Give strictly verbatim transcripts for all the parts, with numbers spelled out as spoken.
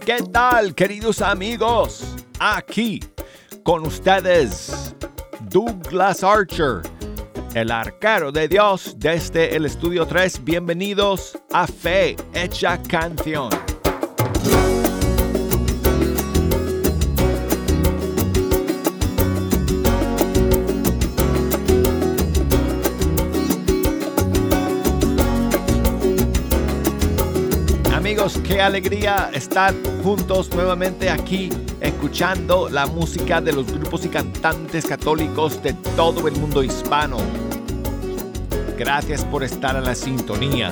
¿Qué tal, queridos amigos? Aquí con ustedes, Douglas Archer, el arquero de Dios desde el Estudio tres. Bienvenidos a Fe Hecha Canción. Amigos, qué alegría estar juntos nuevamente aquí, escuchando la música de los grupos y cantantes católicos de todo el mundo hispano. Gracias por estar en la sintonía.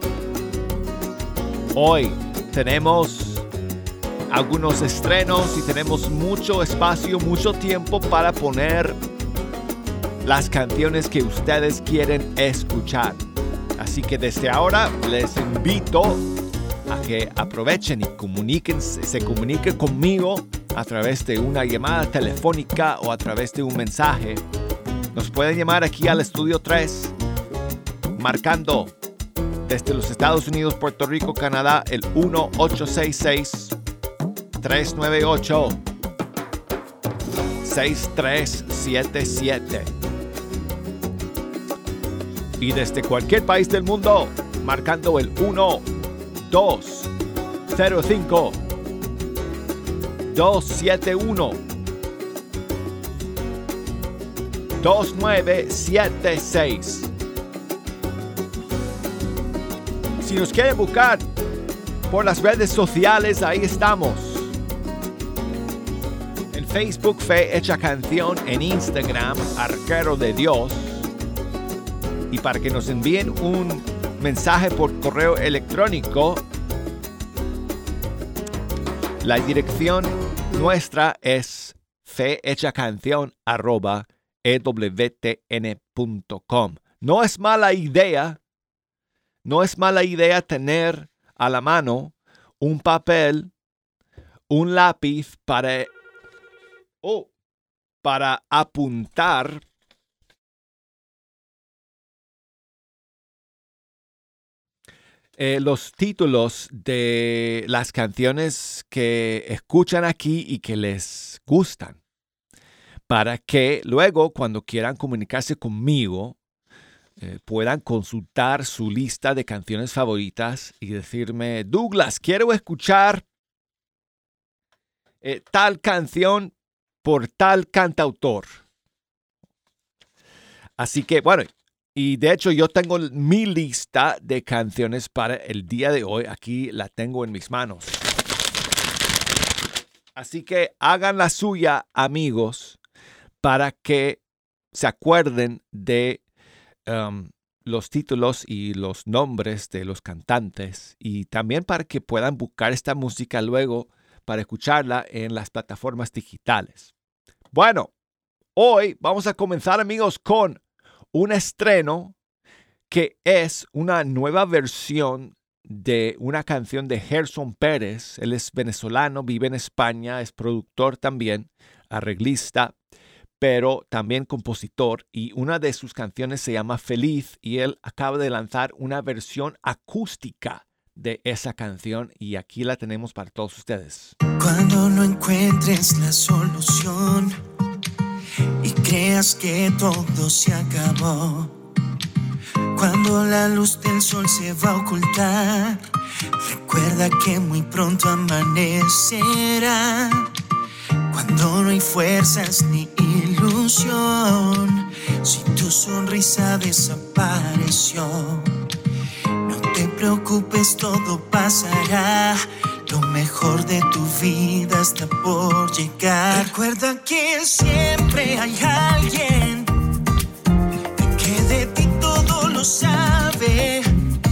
Hoy tenemos algunos estrenos y tenemos mucho espacio, mucho tiempo para poner las canciones que ustedes quieren escuchar. Así que desde ahora les invito a que aprovechen y comuniquen, se comuniquen conmigo a través de una llamada telefónica o a través de un mensaje. Nos pueden llamar aquí al Estudio tres, marcando desde los Estados Unidos, Puerto Rico, Canadá, el uno ocho seis seis, tres nueve ocho, seis tres siete siete. Y desde cualquier país del mundo, marcando el uno dos cero cinco, dos siete uno, dos nueve siete seis. Si nos quieren buscar por las redes sociales, ahí estamos. En Facebook, Fe Hecha Canción. En Instagram, Arquero de Dios. Y para que nos envíen un mensaje por correo electrónico, la dirección nuestra es fehechacancion arroba ewtn punto com. No es mala idea, no es mala idea tener a la mano un papel, un lápiz para, oh, para apuntar Eh, los títulos de las canciones que escuchan aquí y que les gustan, para que luego, cuando quieran comunicarse conmigo, eh, puedan consultar su lista de canciones favoritas y decirme: Douglas, quiero escuchar eh, tal canción por tal cantautor. Así que, bueno, y de hecho yo tengo mi lista de canciones para el día de hoy. Aquí la tengo en mis manos. Así que hagan la suya, amigos, para que se acuerden de um, los títulos y los nombres de los cantantes. Y también para que puedan buscar esta música luego para escucharla en las plataformas digitales. Bueno, hoy vamos a comenzar, amigos, con un estreno que es una nueva versión de una canción de Gerson Pérez. Él es venezolano, vive en España, es productor también, arreglista, pero también compositor. Y una de sus canciones se llama Feliz y él acaba de lanzar una versión acústica de esa canción y aquí la tenemos para todos ustedes. Cuando no encuentres la solución y creas que todo se acabó, cuando la luz del sol se va a ocultar, recuerda que muy pronto amanecerá. Cuando no hay fuerzas ni ilusión, si tu sonrisa desapareció, no te preocupes, todo pasará. Lo mejor de tu vida está por llegar. Recuerda que siempre hay alguien que de ti todo lo sabe.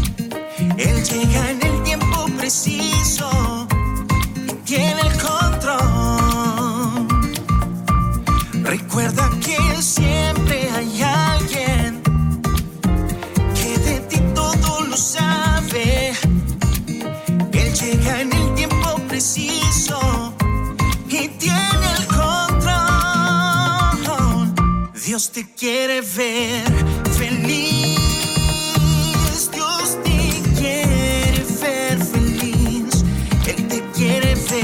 Él llega en el tiempo preciso y tiene el control. Recuerda que siempre hay alguien que de ti todo lo sabe. Él llega en el tiempo preciso y tiene el control. Dios te quiere ver feliz. Dios te quiere ver feliz. Él te quiere ver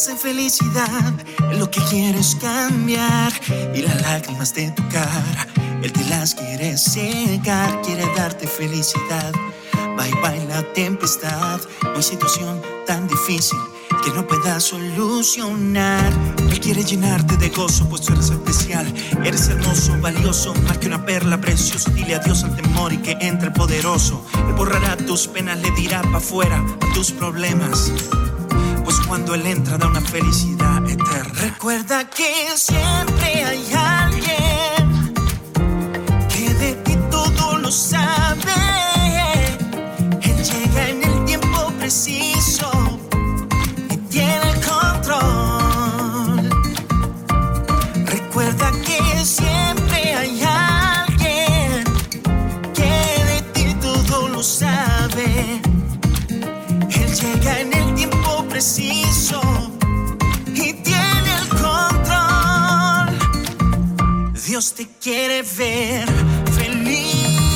en felicidad, Él lo que quiere es cambiar. Y las lágrimas de tu cara, Él te las quiere secar. Quiere darte felicidad. Bye bye la tempestad. No hay situación tan difícil que no pueda solucionar. Él quiere llenarte de gozo, pues tú eres especial. Eres hermoso, valioso, más que una perla preciosa. Dile adiós al temor y que entre el poderoso. Él borrará tus penas, le dirá pa' fuera a tus problemas, pues cuando Él entra da una felicidad eterna. Recuerda que siempre hay alguien que de ti todo lo sabe. Él llega en el tiempo preciso y tiene el control. Recuerda que siempre hay alguien que de ti todo lo sabe. Él llega en el tiempo preciso y tiene el control. Dios te quiere ver feliz.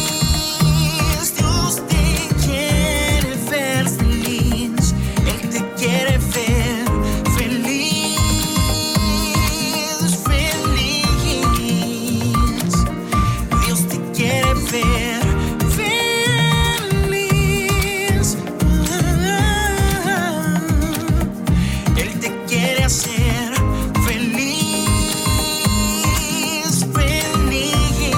Dios te quiere ver feliz. Él te quiere ver feliz, feliz. Dios te quiere ver feliz. Él te quiere hacer feliz, feliz.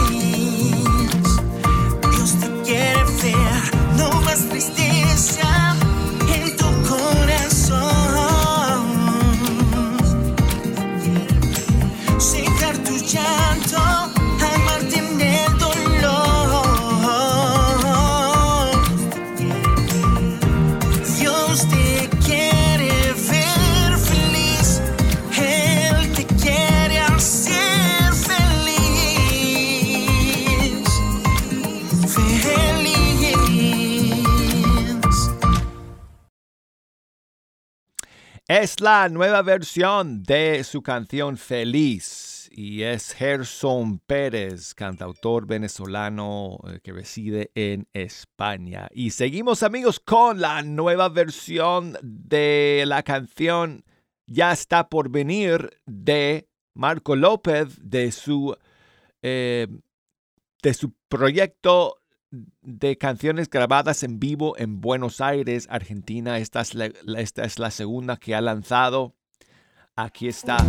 Dios te quiere ver, no más tristeza en tu corazón. Secar tu llanto, amarte en el dolor. Dios te quiere ver feliz. Él te quiere hacer feliz, feliz. Es la nueva versión de su canción Feliz y es Gerson Pérez, cantautor venezolano eh, que reside en España. Y seguimos, amigos, con la nueva versión de la canción Ya está por venir de Marco López, de su, eh, de su proyecto de canciones grabadas en vivo en Buenos Aires, Argentina. Esta es la, esta es la segunda que ha lanzado. Aquí está.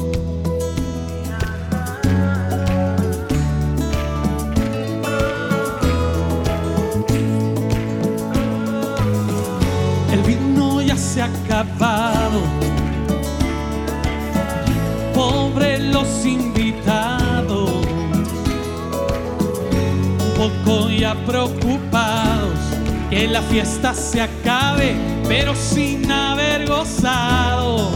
El vino ya se ha acabado, pobre los invitados, un poco ya preocupados que la fiesta se acabe, pero sin haber gozado.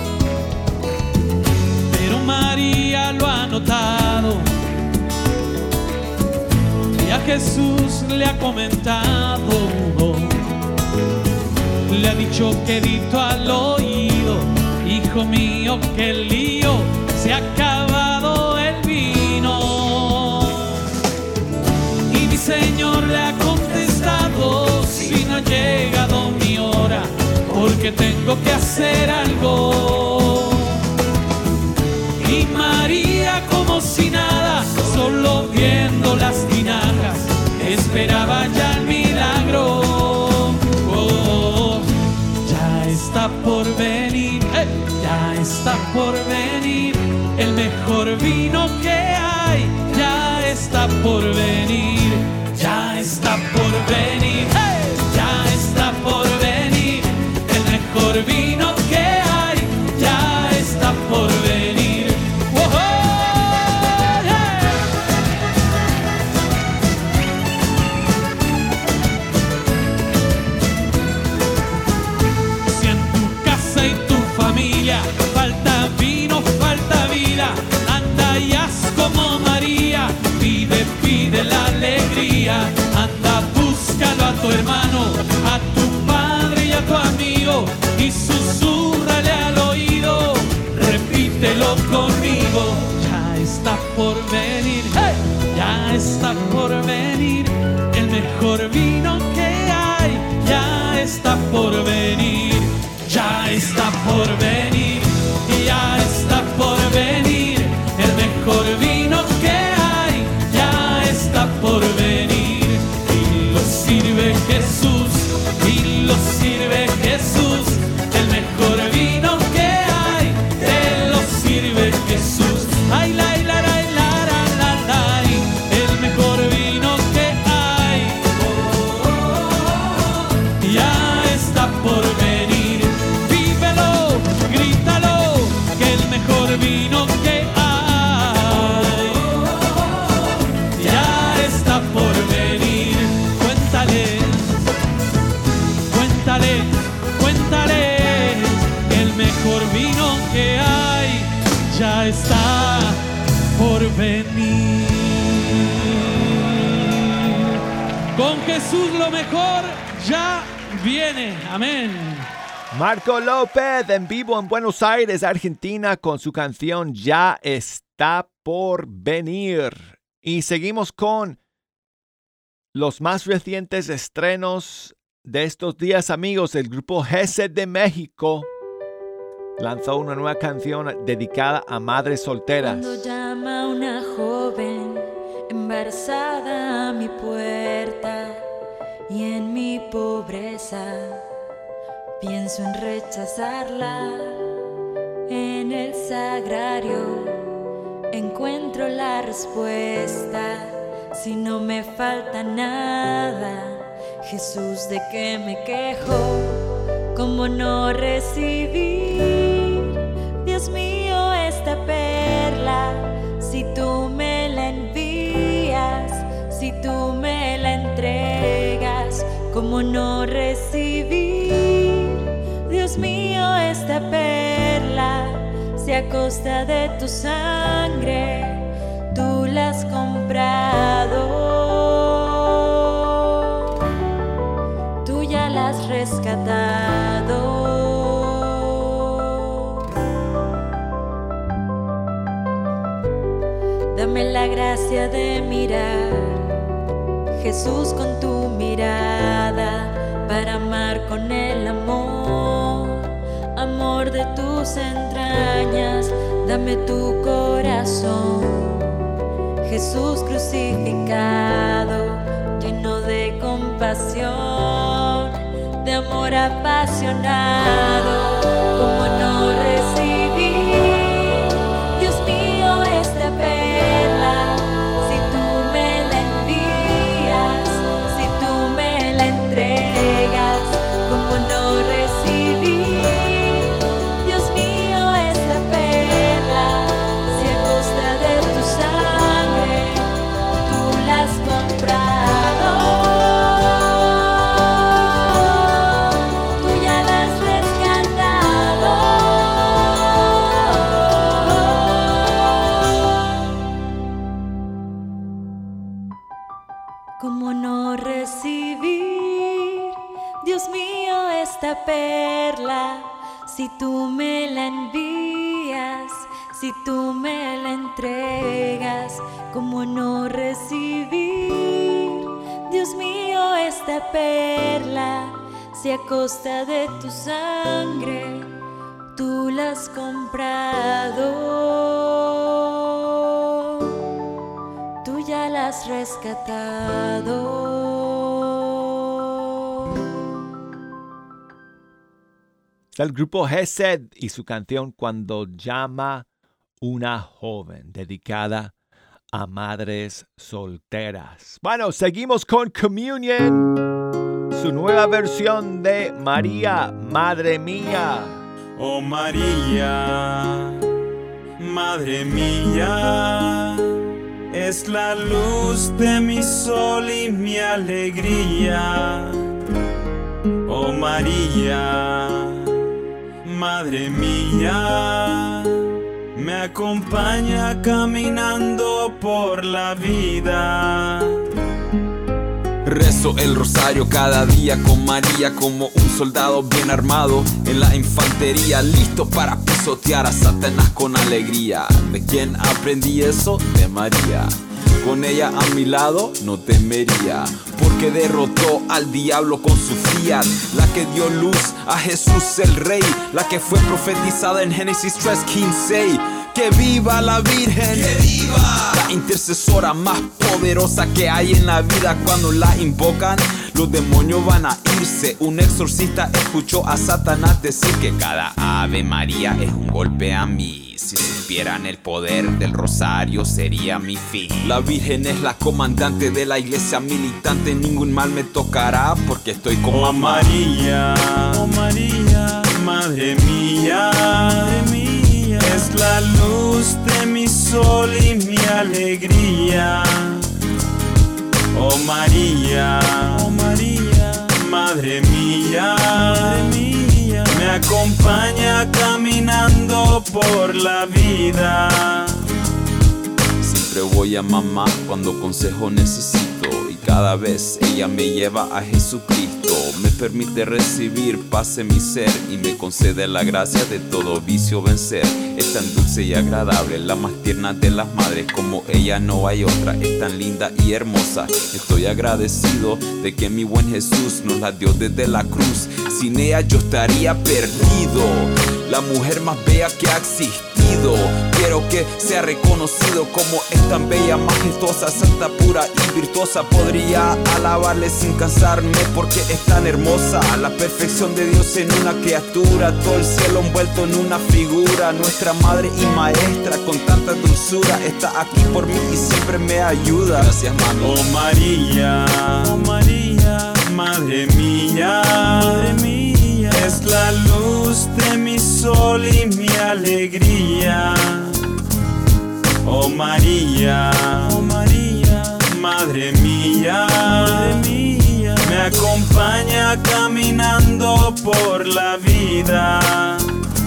Pero María lo ha notado y a Jesús le ha comentado. Le ha dicho quedito al oído: hijo mío, qué lío, se ha acabado el vino. Y mi Señor le ha contestado: si no ha llegado mi hora, porque tengo que hacer algo. Y María, como si nada, solo viendo las tinajas, esperaba ya el milagro. Está por venir, eh, ya está por venir, el mejor vino que hay, ya está por venir, ya está por venir, eh, ya está por venir, el mejor vino que hay, ya está por venir. ¡Oh, falta vino, falta vida, anda y haz como María, pide, pide la alegría, anda, búscalo a tu hermano, a tu padre y a tu amigo, y susúrrale al oído, repítelo conmigo: ya está por venir, hey, ya está por venir, el mejor vino que hay, ya está por venir, ya está por venir. mejor vino que hay ya está por venir. Con Jesús lo mejor ya viene. Amén. Marco López en vivo en Buenos Aires, Argentina, con su canción Ya está por venir. Y seguimos con los más recientes estrenos de estos días, amigos. El grupo Gesed de México lanzó una nueva canción dedicada a madres solteras. Cuando llama una joven embarazada a mi puerta y en mi pobreza pienso en rechazarla, en el sagrario encuentro la respuesta. Si no me falta nada, Jesús, ¿de qué me quejo? ¿Cómo no recibir, Dios mío, esta perla? Si tú me la envías, si tú me la entregas, ¿cómo no recibir, Dios mío, esta perla? Si a costa de tu sangre tú la has comprado, tú ya la has rescatado. Dame la gracia de mirar, Jesús, con tu mirada, para amar con el amor, amor de tus entrañas. Dame tu corazón, Jesús crucificado, lleno de compasión, de amor apasionado. ¿Cómo no recibir, Dios mío, esta perla? Si tú me la envías, si tú me la entregas, ¿cómo no recibir, Dios mío, esta perla? Si a costa de tu sangre tú la has comprado, tú ya la has rescatado. ¿Cómo no recibir, Dios mío, esta perla? Si tú me la envías, si tú me la entregas, ¿cómo no recibir, Dios mío, esta perla? Si a costa de tu sangre tú la has comprado, tú ya la has rescatado. Está el grupo Gesed y su canción Cuando llama una joven, dedicada a madres solteras. Bueno, seguimos con Communion, su nueva versión de María, Madre Mía. Oh María, Madre mía, es la luz de mi sol y mi alegría. Oh María, Madre mía, me acompaña caminando por la vida. Rezo el rosario cada día con María como un soldado bien armado en la infantería, listo para pisotear a Satanás con alegría. ¿De quién aprendí eso? De María. Con ella a mi lado no temería, porque derrotó al diablo con su fiat, la que dio luz a Jesús el Rey, la que fue profetizada en Génesis tres quince. ¡Que viva la Virgen! ¡Que viva! La intercesora más poderosa que hay en la vida. Cuando la invocan, los demonios van a irse. Un exorcista escuchó a Satanás decir que cada Ave María es un golpe a mí. Si supieran el poder del rosario, sería mi fin. La Virgen es la comandante de la iglesia militante. Ningún mal me tocará porque estoy con Oh mamá. María, oh María, Madre mía, Madre mía, es la luz de mi sol y mi alegría. Oh María, oh María, Madre mía, Madre mía, me acompaña caminando por la vida. Siempre voy a mamá cuando consejo necesito, y cada vez ella me lleva a Jesucristo. Me permite recibir paz en mi ser y me concede la gracia de todo vicio vencer. Es tan dulce y agradable, la más tierna de las madres, como ella no hay otra. Es tan linda y hermosa, estoy agradecido de que mi buen Jesús nos la dio desde la cruz. Sin ella yo estaría perdido, la mujer más bella que ha existido. Quiero que sea reconocido como es tan bella, majestuosa, santa, pura y virtuosa. Podría alabarle sin cansarme porque es tan hermosa. La perfección de Dios en una criatura, todo el cielo envuelto en una figura. Nuestra madre y maestra con tanta dulzura está aquí por mí y siempre me ayuda. Gracias, mami. Oh María, oh María, madre mía, madre mía, es la luz de mi sol y mi alegría. Oh María, oh María, madre mía, madre mía, me acompaña caminando por la vida.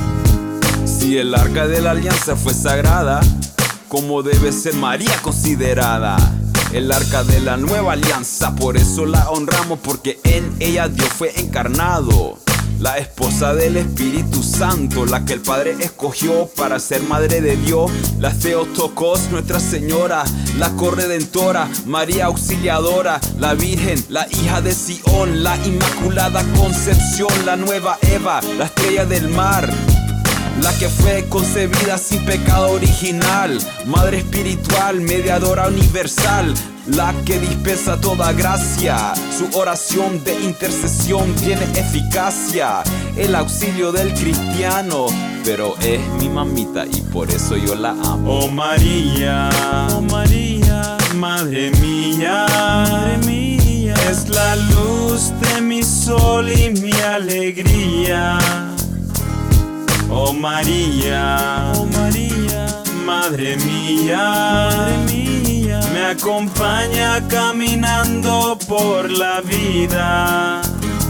Si el arca de la alianza fue sagrada, ¿cómo debe ser María considerada? El arca de la nueva alianza, por eso la honramos, porque en ella Dios fue encarnado. La esposa del Espíritu Santo, la que el Padre escogió para ser madre de Dios. La Theotokos, Nuestra Señora, la corredentora, María Auxiliadora, la Virgen, la hija de Sión, la Inmaculada Concepción, la nueva Eva, la estrella del mar, la que fue concebida sin pecado original, madre espiritual, mediadora universal, la que dispensa toda gracia. Su oración de intercesión tiene eficacia, el auxilio del cristiano, pero es mi mamita y por eso yo la amo. Oh María, oh María, madre mía, madre mía, es la luz de mi sol y mi alegría. Oh María, oh María, madre mía, madre mía, me acompaña caminando por la vida.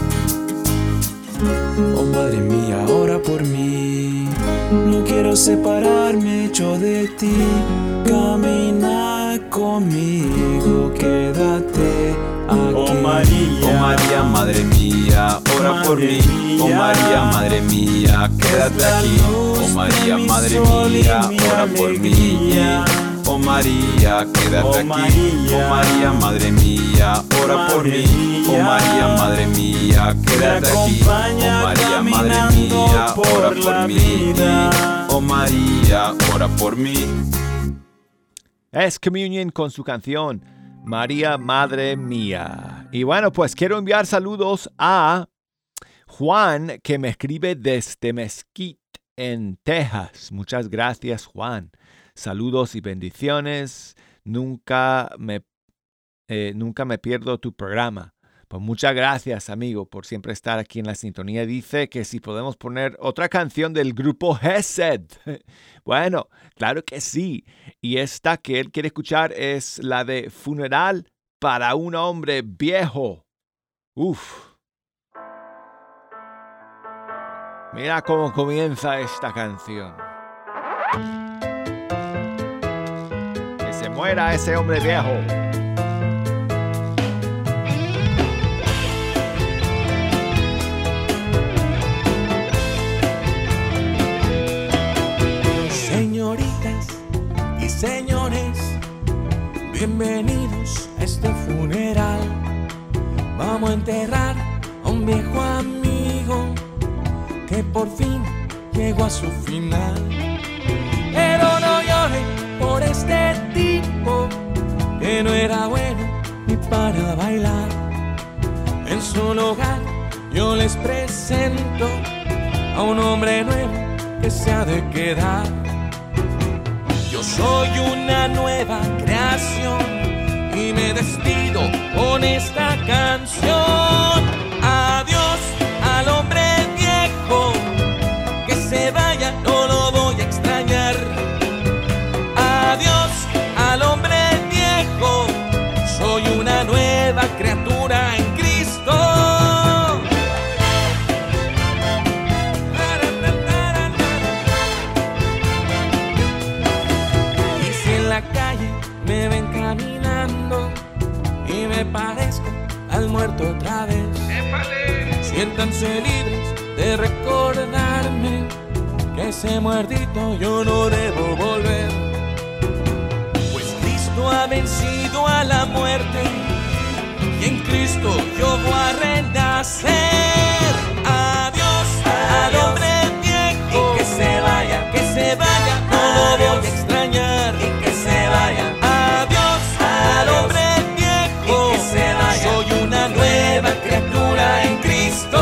Oh madre mía, ora por mí, no quiero separarme yo de ti. Camina conmigo, quédate aquí. Oh María, oh María, madre mía, ora madre por mí. mía, Oh María, madre mía, quédate aquí. Oh María, madre mía, ora por mí. Oh María, quédate Oh aquí. María, Oh María, madre mía, ora por madre mí. Oh mía, María, madre mía, quédate aquí. Oh acompaña María, madre caminando mía, por ora la por mí. vida. Oh María, ora por mí. Es Communion con su canción María, Madre Mía. Y bueno, pues quiero enviar saludos a Juan, que me escribe desde Mesquite, en Texas. Muchas gracias, Juan. Saludos y bendiciones. Nunca me, eh, nunca me pierdo tu programa. Pues muchas gracias, amigo, por siempre estar aquí en la sintonía. Dice que si podemos poner otra canción del grupo Gesed. Bueno, claro que sí. Y esta que él quiere escuchar es la de Funeral para un hombre viejo. Uf. Mira cómo comienza esta canción. Que se muera ese hombre viejo. Señoritas y señores, bienvenidos a este funeral. Vamos a enterrar a un viejo amigo que por fin llegó a su final. Pero no lloren por este tipo que no era bueno ni para bailar. En su lugar yo les presento a un hombre nuevo que se ha de quedar. Yo soy una nueva creación y me despido con esta canción. Adiós al hombre viejo, que se vaya, no lo voy a extrañar. Adiós al hombre viejo, soy una nueva criatura en Cristo. me parezco al muerto otra vez. Siéntanse libres de recordarme que ese muertito yo no debo volver. Pues Cristo ha vencido a la muerte y en Cristo yo voy a renacer. Adiós al hombre viejo, y que se vaya, que se vaya, no lo voy a extrañar, y que se vaya. Adiós al hombre viejo, y que se vaya, soy una nueva criatura en Cristo.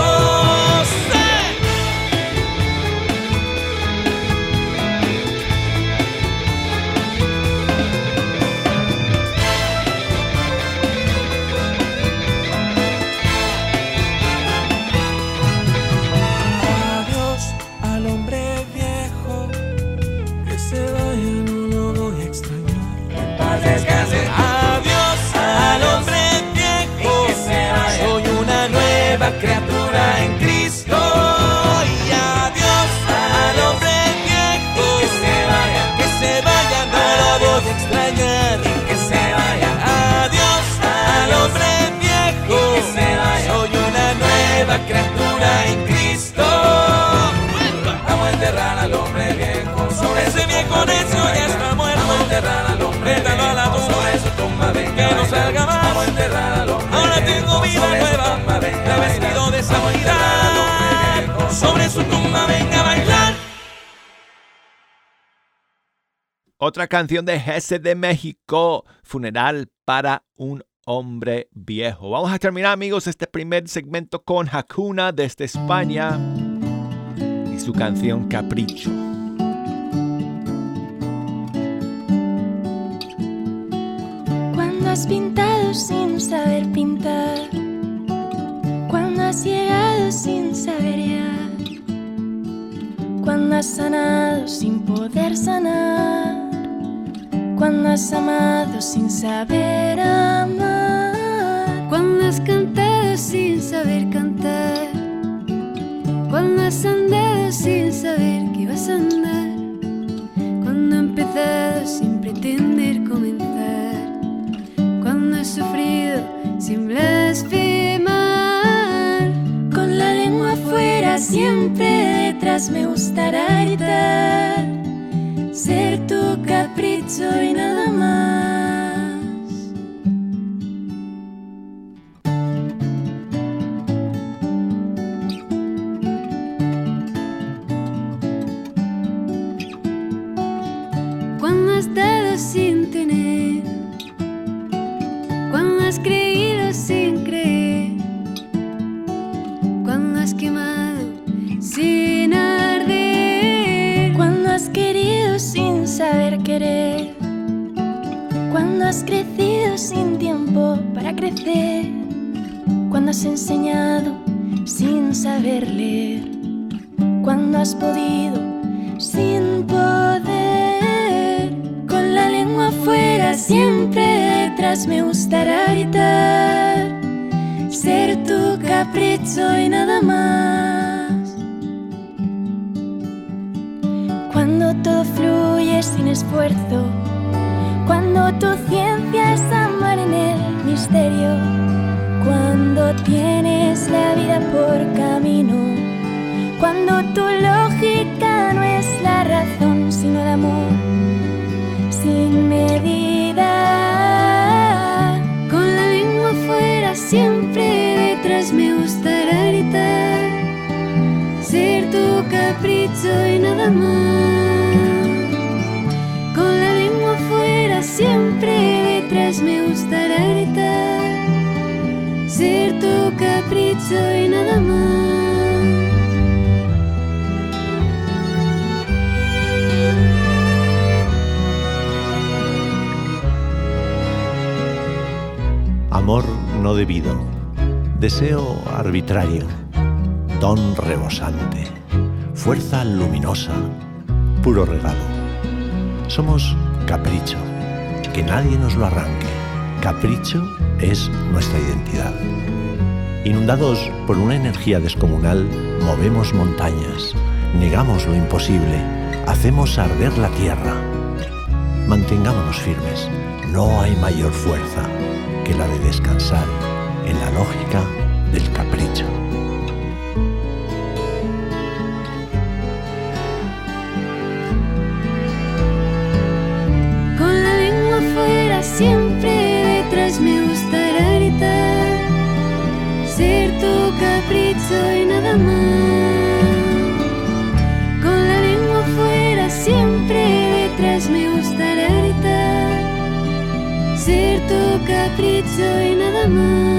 Criatura en Cristo. Y adiós al hombre viejo, y que se vaya, que se vaya, no lo voy a extrañar, y que se vaya. Adiós al hombre viejo, y que se vaya, soy una nueva criatura en Cristo. Vamos a enterrar al hombre viejo, sobre ese viejo necio ya está muerto. Vamos a enterrar al hombre viejo, a la tumba, sobre su tumba, venga, que no salga más. Vamos a enterrar al hombre, ahora tengo vida nueva, la vestido de santidad, sobre su tumba venga a bailar. Otra canción de Gesed de México, Funeral para un hombre viejo. Vamos a terminar, amigos, este primer segmento con Hakuna desde España y su canción Capricho. Cuando has pintado sin saber pintar, cuando has llegado sin saber ya, cuando has sanado sin poder sanar, cuando has amado sin saber amar, cuando has cantado sin saber cantar, cuando has andado sin saber que ibas a andar, cuando has empezado sin pretender comenzar, cuando has sufrido sin blasfemar, con la lengua afuera siempre detrás me gustará gritar, ser tu capricho y nada más. Cuando has dado sin tener, cuando has creído sin creer, cuando has quemado sin arder, cuando has querido sin saber querer, cuando has crecido sin tiempo para crecer, cuando has enseñado sin saber leer, cuando has podido sin poder, con la lengua afuera siempre detrás me gustará gritar, ser tu capricho y nada más. Cuando todo fluye sin esfuerzo, cuando tu ciencia es amar en el misterio, cuando tienes la vida por camino, cuando tu lógica no es la razón sino el amor sin medida, con la lengua afuera siempre detrás me gustará gritar, ser tu capricho y nada más, con la lengua afuera siempre detrás me gustará gritar, ser tu capricho y nada más. Amor no debido, deseo arbitrario, don rebosante, fuerza luminosa, puro regalo. Somos capricho, que nadie nos lo arranque. Capricho es nuestra identidad. Inundados por una energía descomunal, movemos montañas, negamos lo imposible, hacemos arder la tierra. Mantengámonos firmes, no hay mayor fuerza. que la de descansar en la lógica del capricho. Con la lengua fuera siempre detrás me gustará gritar, ser tu capricho y nada más. Con la lengua fuera siempre detrás me gustará gritar, ser tu capricho y nada más.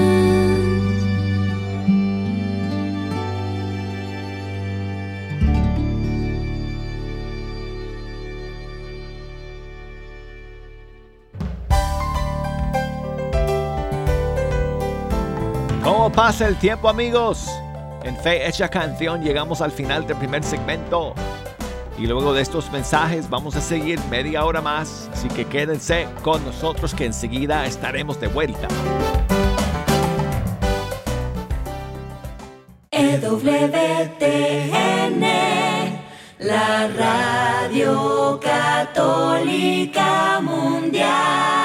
¿Cómo pasa el tiempo, amigos? En Fe Hecha Canción llegamos al final del primer segmento. Y luego de estos mensajes vamos a seguir media hora más. Así que quédense con nosotros que enseguida estaremos de vuelta. E W T N, la radio católica mundial.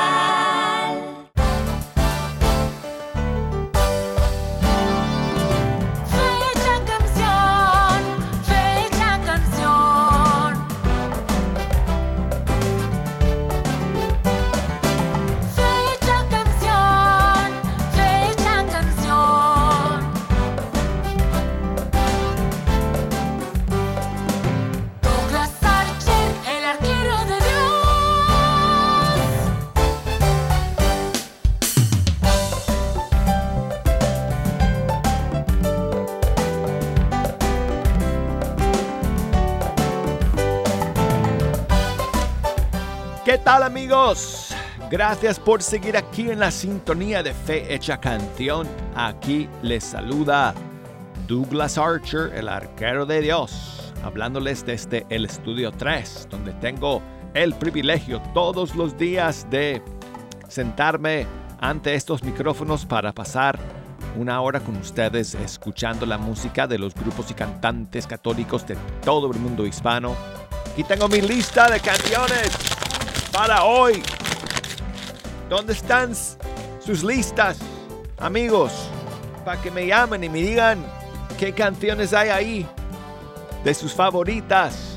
¿Qué tal, amigos? Gracias por seguir aquí en la sintonía de Fe Hecha Canción. Aquí les saluda Douglas Archer, el arquero de Dios, hablándoles desde el estudio tres, donde tengo el privilegio todos los días de sentarme ante estos micrófonos para pasar una hora con ustedes escuchando la música de los grupos y cantantes católicos de todo el mundo hispano. Aquí tengo mi lista de canciones para hoy. ¿Dónde están sus listas, amigos? Para que me llamen y me digan qué canciones hay ahí de sus favoritas,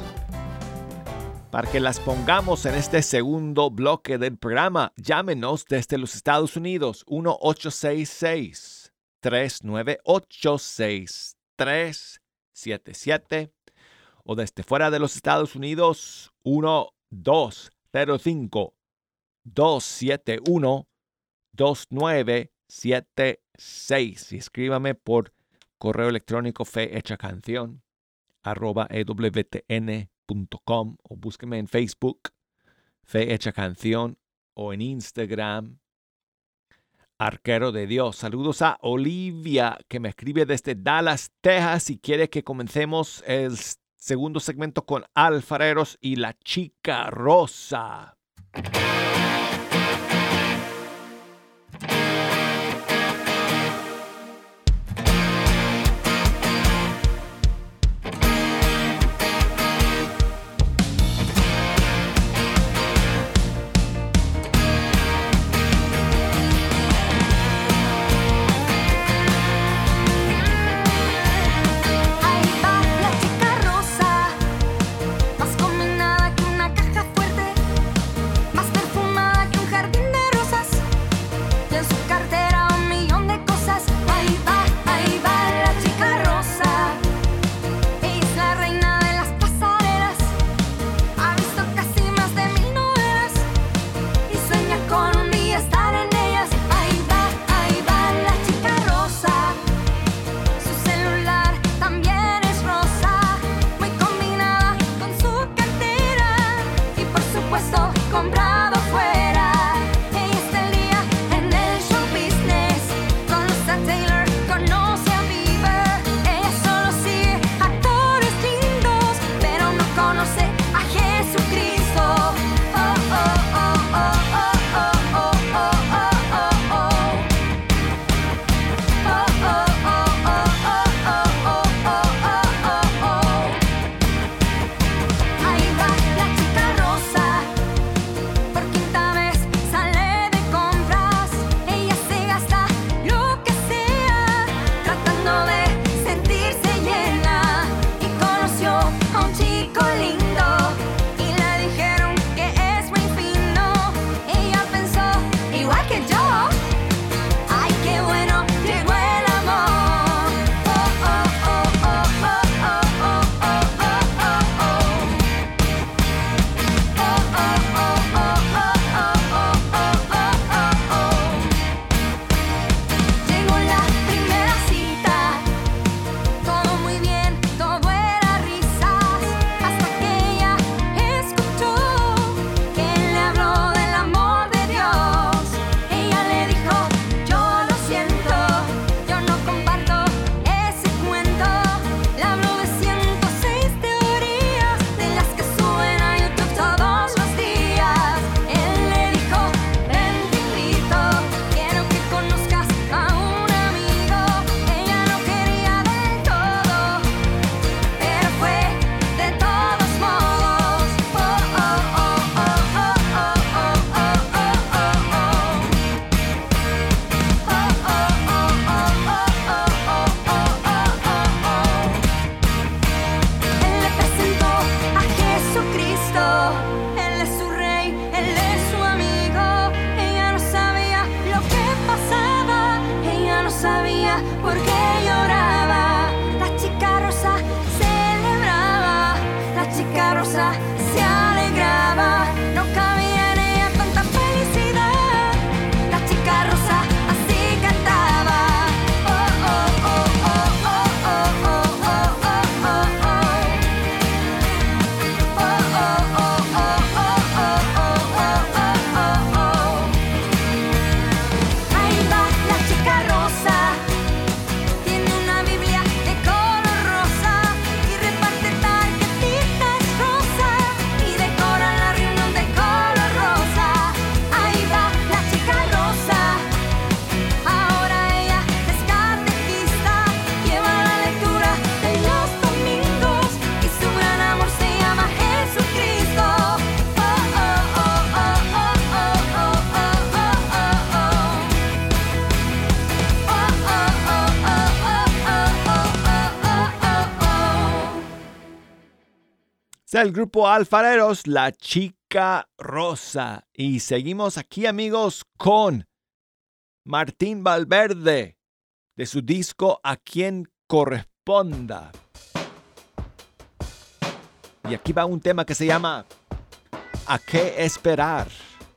para que las pongamos en este segundo bloque del programa. Llámenos desde los Estados Unidos, uno ocho seis seis, tres nueve ocho, seis tres siete siete, o desde fuera de los Estados Unidos, uno dos cero cinco, dos siete uno, dos nueve siete seis. Y escríbame por correo electrónico fehechacanción arroba e w t n punto com, o búsqueme en Facebook Fe Hecha Canción, o en Instagram Arquero de Dios. Saludos a Olivia, que me escribe desde Dallas, Texas, y quiere que comencemos el segundo segmento con Alfareros y la Chica Rosa. Más combinada que una caja fuerte, más perfumada el grupo Alfareros, La Chica Rosa. Y seguimos aquí, amigos, con Martín Valverde, de su disco A Quien Corresponda. Y aquí va un tema que se llama ¿A qué esperar?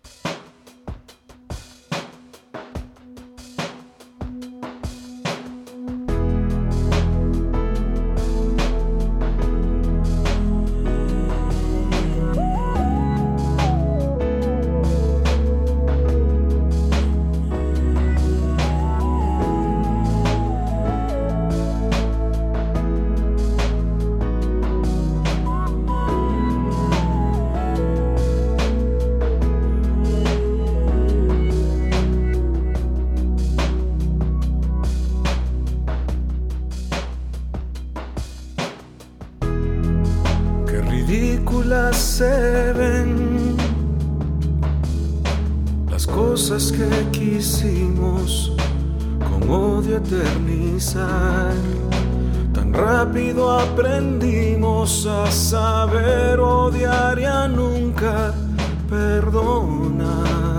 Se ven las cosas que quisimos con odio eternizar. Tan rápido aprendimos a saber odiar y a nunca perdonar,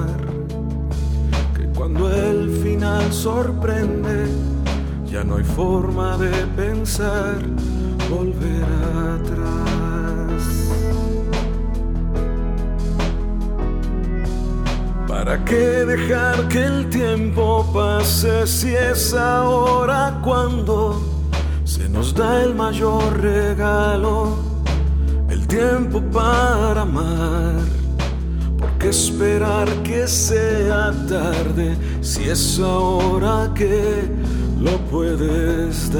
que cuando el final sorprende ya no hay forma de pensar volver atrás. ¿Para qué dejar que el tiempo pase si es ahora cuando se nos da el mayor regalo, el tiempo para amar? ¿Por qué esperar que sea tarde si es ahora que lo puedes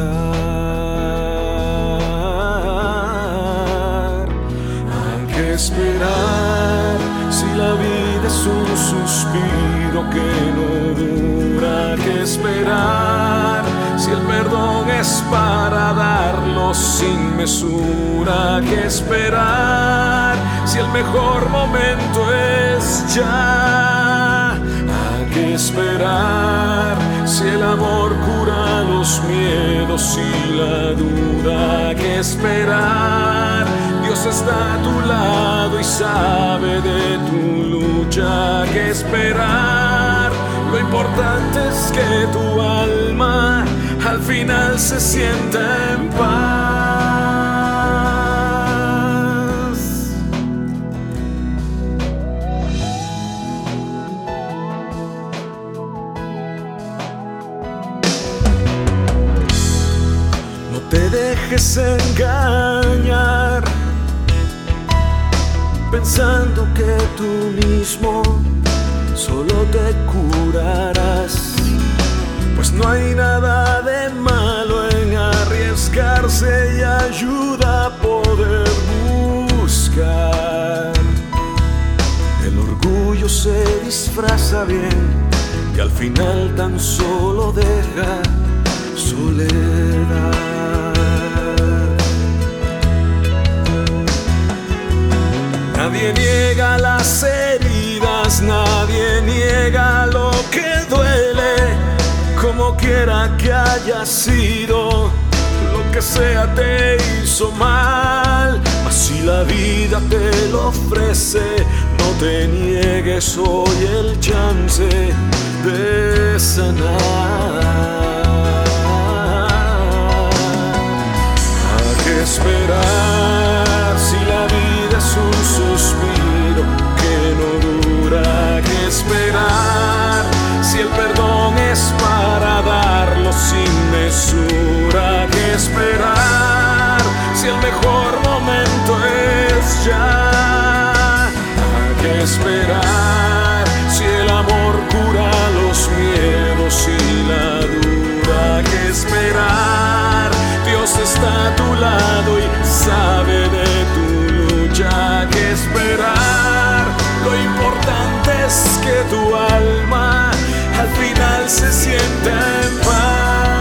dar? Hay que esperar si la vida es un suspiro que no dura, que esperar si el perdón es para darlo sin mesura, que esperar si el mejor momento es ya. Hay que esperar si el amor cura los miedos y la duda, hay que esperar. Dios está a tu lado y sabe de tu lucha, que esperar. Lo importante es que tu alma al final se sienta en paz. No te dejes engañar pensando que tú mismo solo te curarás, pues no hay nada de malo en arriesgarse y ayuda a poder buscar. El orgullo se disfraza bien y al final tan solo deja soledad. Nadie niega las heridas, nadie niega lo que duele, como quiera que haya sido, lo que sea te hizo mal. Mas si la vida te lo ofrece, no te niegues hoy el chance de sanar. Hay que esperar si la vida es un suspiro que no dura, que esperar si el perdón es para darlo sin mesura, que esperar si el mejor momento es ya. Hay que esperar si el amor cura los miedos y la duda, hay que esperar. Dios está a tu lado y sabe de tu lucha, hay que esperar. Lo importante es que tu alma al final se sienta en paz.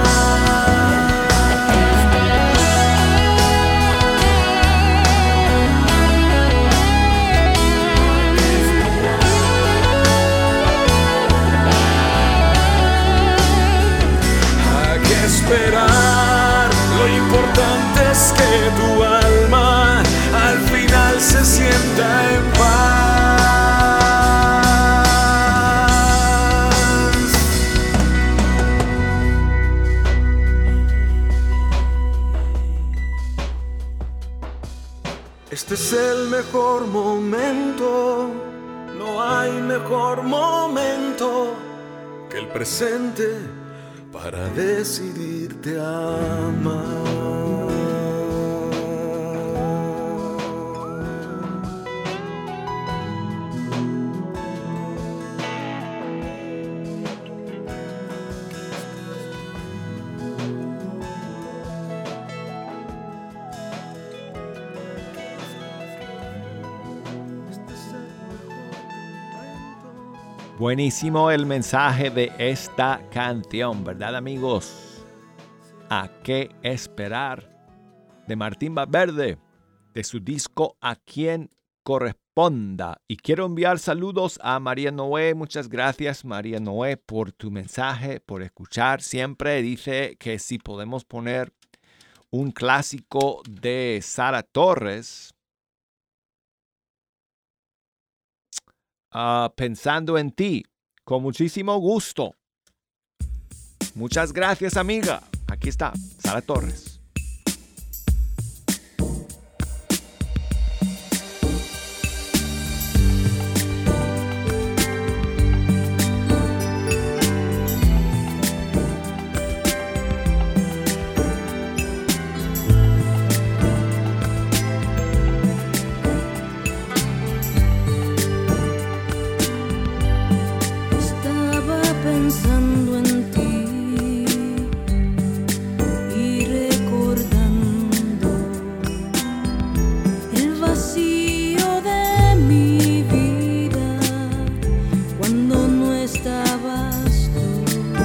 Hay que esperar. Lo importante es que tu alma al final mejor momento, no hay mejor momento que el presente para decidirte a amar. Buenísimo el mensaje de esta canción, ¿verdad, amigos? ¿A qué esperar? De Martín Valverde, de su disco A Quien Corresponda. Y quiero enviar saludos a María Noé. Muchas gracias, María Noé, por tu mensaje, por escuchar siempre. Dice que si podemos poner un clásico de Sara Torres, Uh, pensando en ti, con muchísimo gusto. Muchas gracias, amiga. Aquí está, Sara Torres. Pensando en ti y recordando el vacío de mi vida cuando no estabas tú.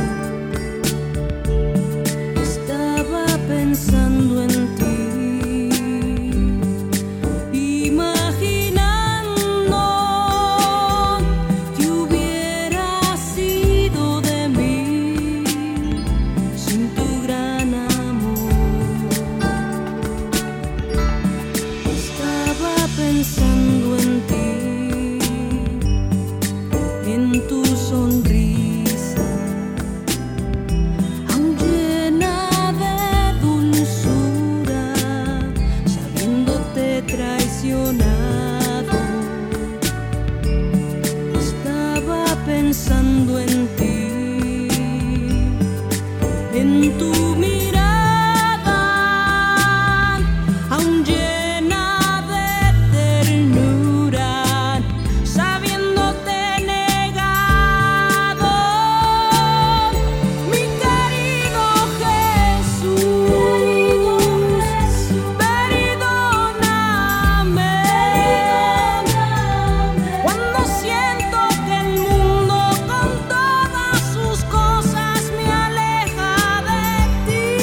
Estaba pensando en ti, pensando en ti, en tu mirada, aún llena de ternura, sabiéndote negado, mi querido Jesús, perdóname cuando siento que el mundo con todas sus cosas me aleja de ti.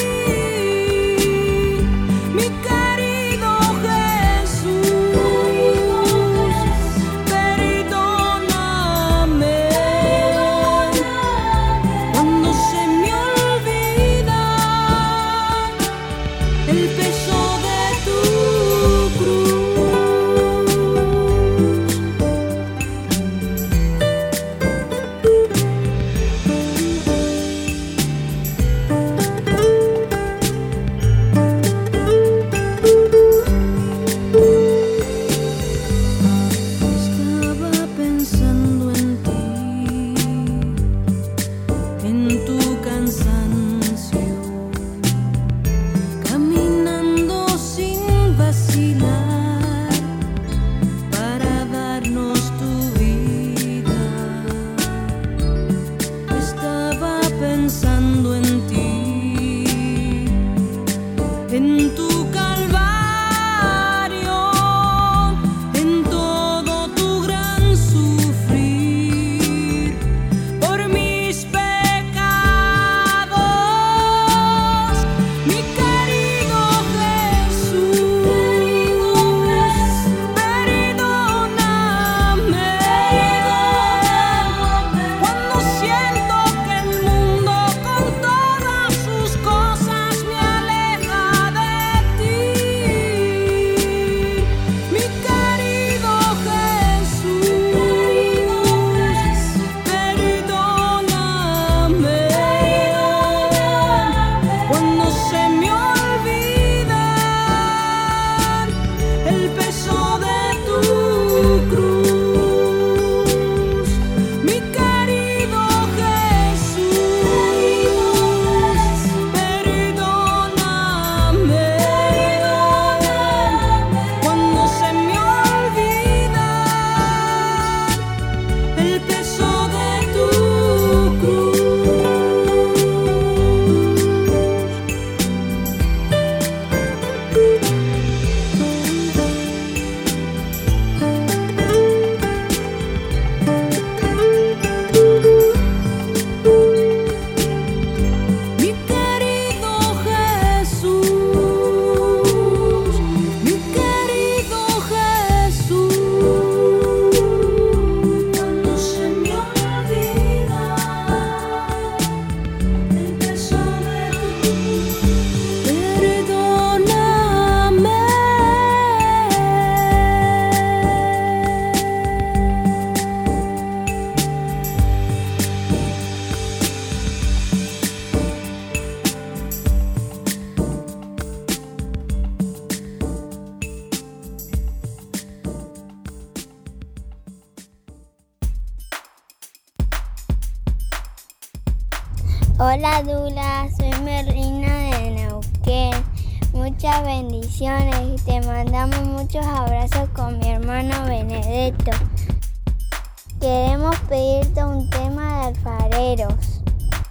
Hola Dula, soy Merlina de Neuquén. Muchas bendiciones y te mandamos muchos abrazos con mi hermano Benedetto. Queremos pedirte un tema de Alfareros.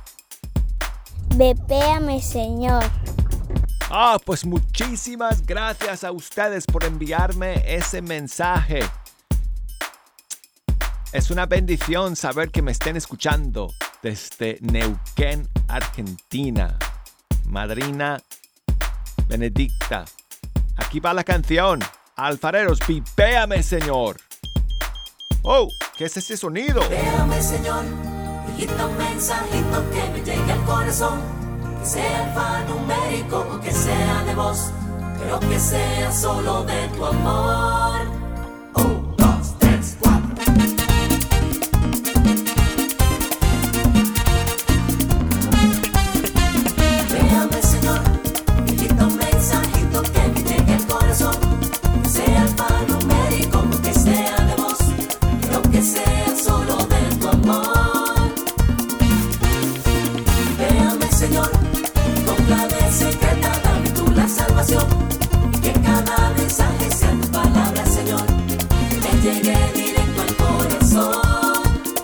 Bepéame, Señor. Ah, pues muchísimas gracias a ustedes por enviarme ese mensaje. Es una bendición saber que me estén escuchando desde Neuquén, Argentina. Madrina Benedicta. Aquí va la canción. Alfareros, vipéame, Señor. Oh, ¿qué es ese sonido? Vipéame, Señor. Hijito, un mensajito que me llegue al corazón. Que sea alfanumérico o que sea de voz, pero que sea solo de tu amor. Un, dos, tres, cuatro. Véame, Señor, hijito, un mensajito que me llegue al corazón. Que sea alfanumérico o que sea de voz, pero que sea solo de tu amor. Véame, Señor, con clave secreta dame tú la salvación, y que cada mensaje sea tu palabra, Señor, que me llegue directo al corazón.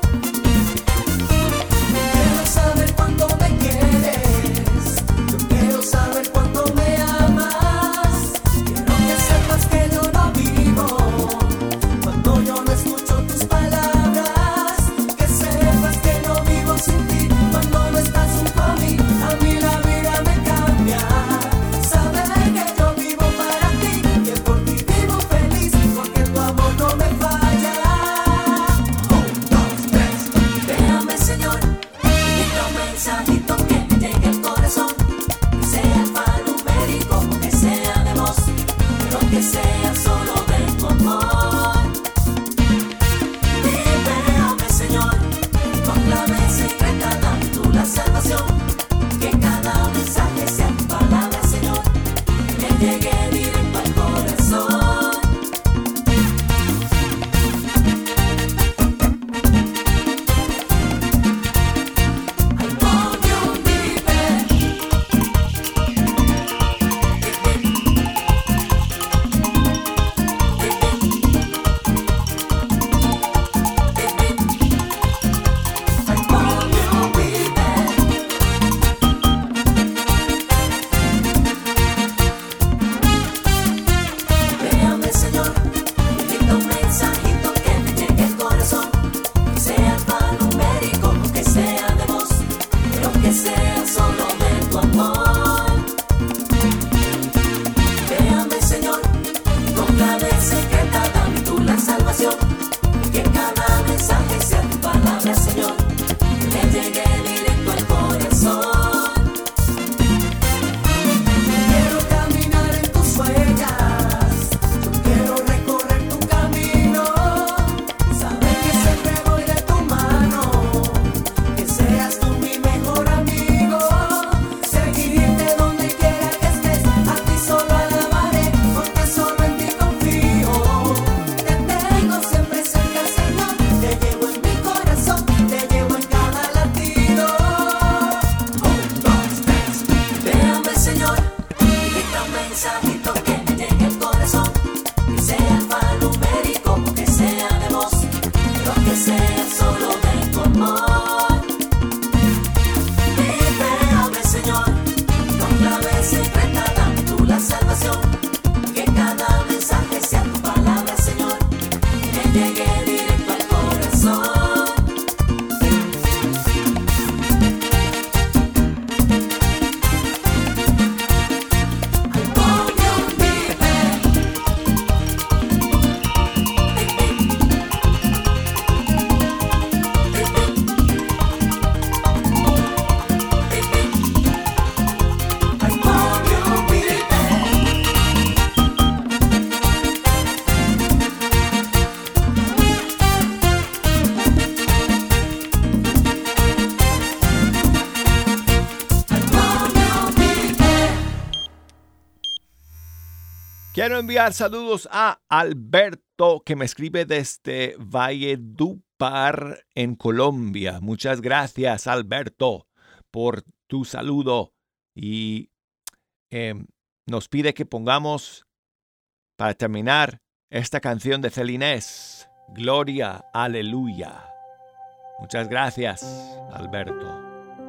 Quiero saber cuánto me quieres, yo quiero saber cuánto me amas. Quiero que sepas que yo no vivo cuando yo no escucho tus palabras. Que sepas que no vivo sin ti cuando no estás junto a mí. A mí la vida me cambia, saber que yo vivo para ti, que por ti vivo feliz, porque tu amor no me falla. Un, dos, tres. Véame, Señor, y un mensajito que me llegue al corazón. Que sea alfanumérico o que sea de voz, pero que sea solo de tu amor. Véame, Señor, con clave secreta dame tú la salvación. Que cada mensaje sea tu palabra, Señor, que me llegue directo al corazón. Ay, ponme un vive. Ay, ponme un vive. Véame, Señor, hijito, un mensajito que me llegue al corazón. Que sea alfanumérico o que sea de voz, pero que sea solo de tu amor. Véame, Señor, con clave secreta dame tú la salvación. Que cada mensaje sea tu palabra, Señor, que me llegue directo al corazón. Quiero caminar en tus huellas, yo quiero recorrer tu camino, saber que siempre voy de tu mano, que seas tú mi mejor amigo, seguirte donde quiera que estés, a ti solo alabaré, porque solo en ti confío. Te tengo siempre cerca, Señor, te llevo en mi corazón, te llevo en cada latido. Un, dos, tres. Véame, Señor, hijito, un mensajito que me llegue al corazón. Que sea alfanumérico o que sea de voz, pero que sea solo de tu amor. Véame, Señor, con clave secreta dame tú la salvación. Que cada mensaje sea tu palabra, Señor, que me llegue directo al corazón. Ay, ponme un vive. Ay, ponme un vive. Ay, ponme un vive. Quiero enviar saludos a Alberto, que me escribe desde Valledupar, en Colombia. Muchas gracias, Alberto, por tu saludo y eh, nos pide que pongamos, para terminar, esta canción de Celinés, Gloria, Aleluya. Muchas gracias, Alberto.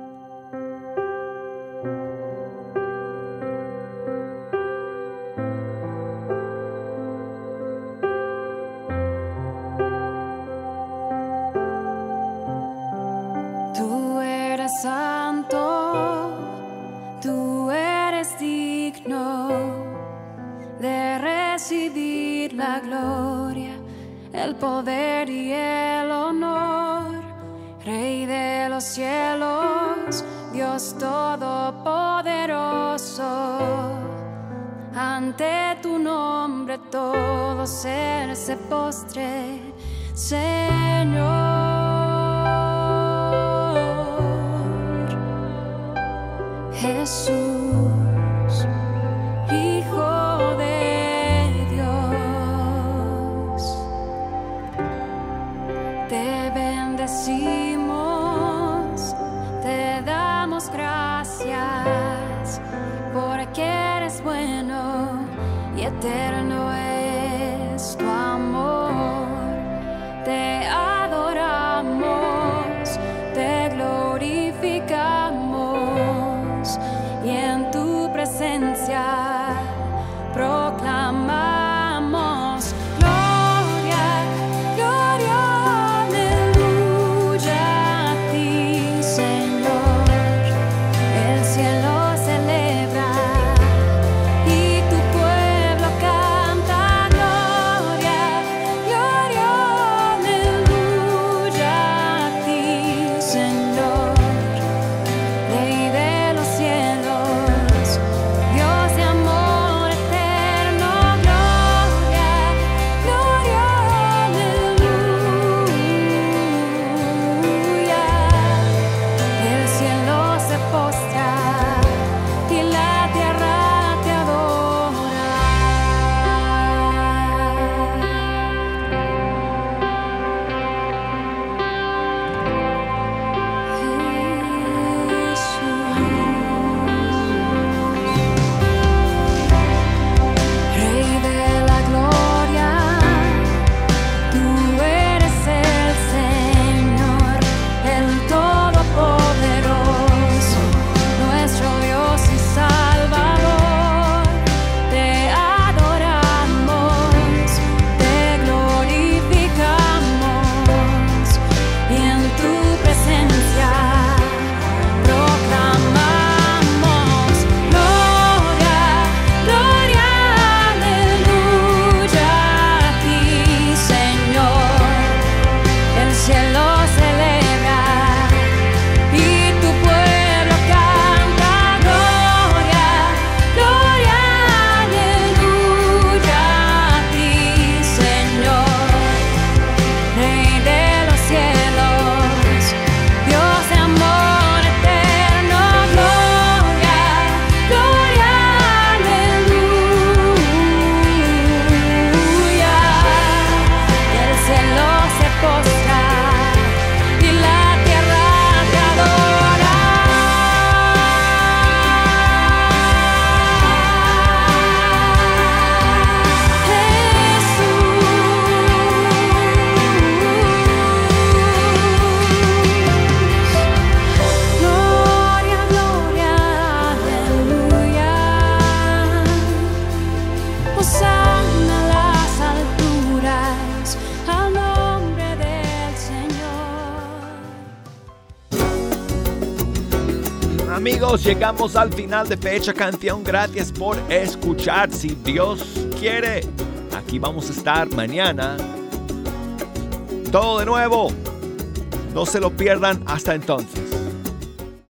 Tú eres santo, tú eres digno de recibir la gloria, el poder y el honor, Rey de los cielos, Dios todopoderoso. Ante tu nombre todo ser se postre, Señor. Jesús, Hijo de Dios, te bendecimos, te damos gracias, porque eres bueno y eterno es tu amor. Te adoramos, te glorificamos y en tu presencia proclamamos gloria, gloria, aleluya a ti, Señor. El cielo celebra y tu pueblo canta gloria, gloria, aleluya a ti, Señor. Rey de los cielos, Dios de amor eterno, gloria, gloria, aleluya. El cielo se postra y la tierra te adora. Rey de la gloria, tú eres el Señor, el Todopoderoso, nuestro Dios y Salvador. Te adoramos, te glorificamos y en tu presencia proclamamos gloria, gloria, aleluya a ti, Señor. El cielo celebra y tu pueblo canta gloria, gloria, aleluya a ti, Señor. Rey de los cielos, Dios de amor eterno, gloria, gloria, aleluya. El cielo se postra y la tierra te adora. Jesús, gloria, gloria, aleluya. Hosana a las alturas, al nombre del Señor. Amigos, llegamos al final de Fecha Canción. Gracias por escuchar. Si Dios quiere, aquí vamos a estar mañana. Todo de nuevo. No se lo pierdan hasta entonces.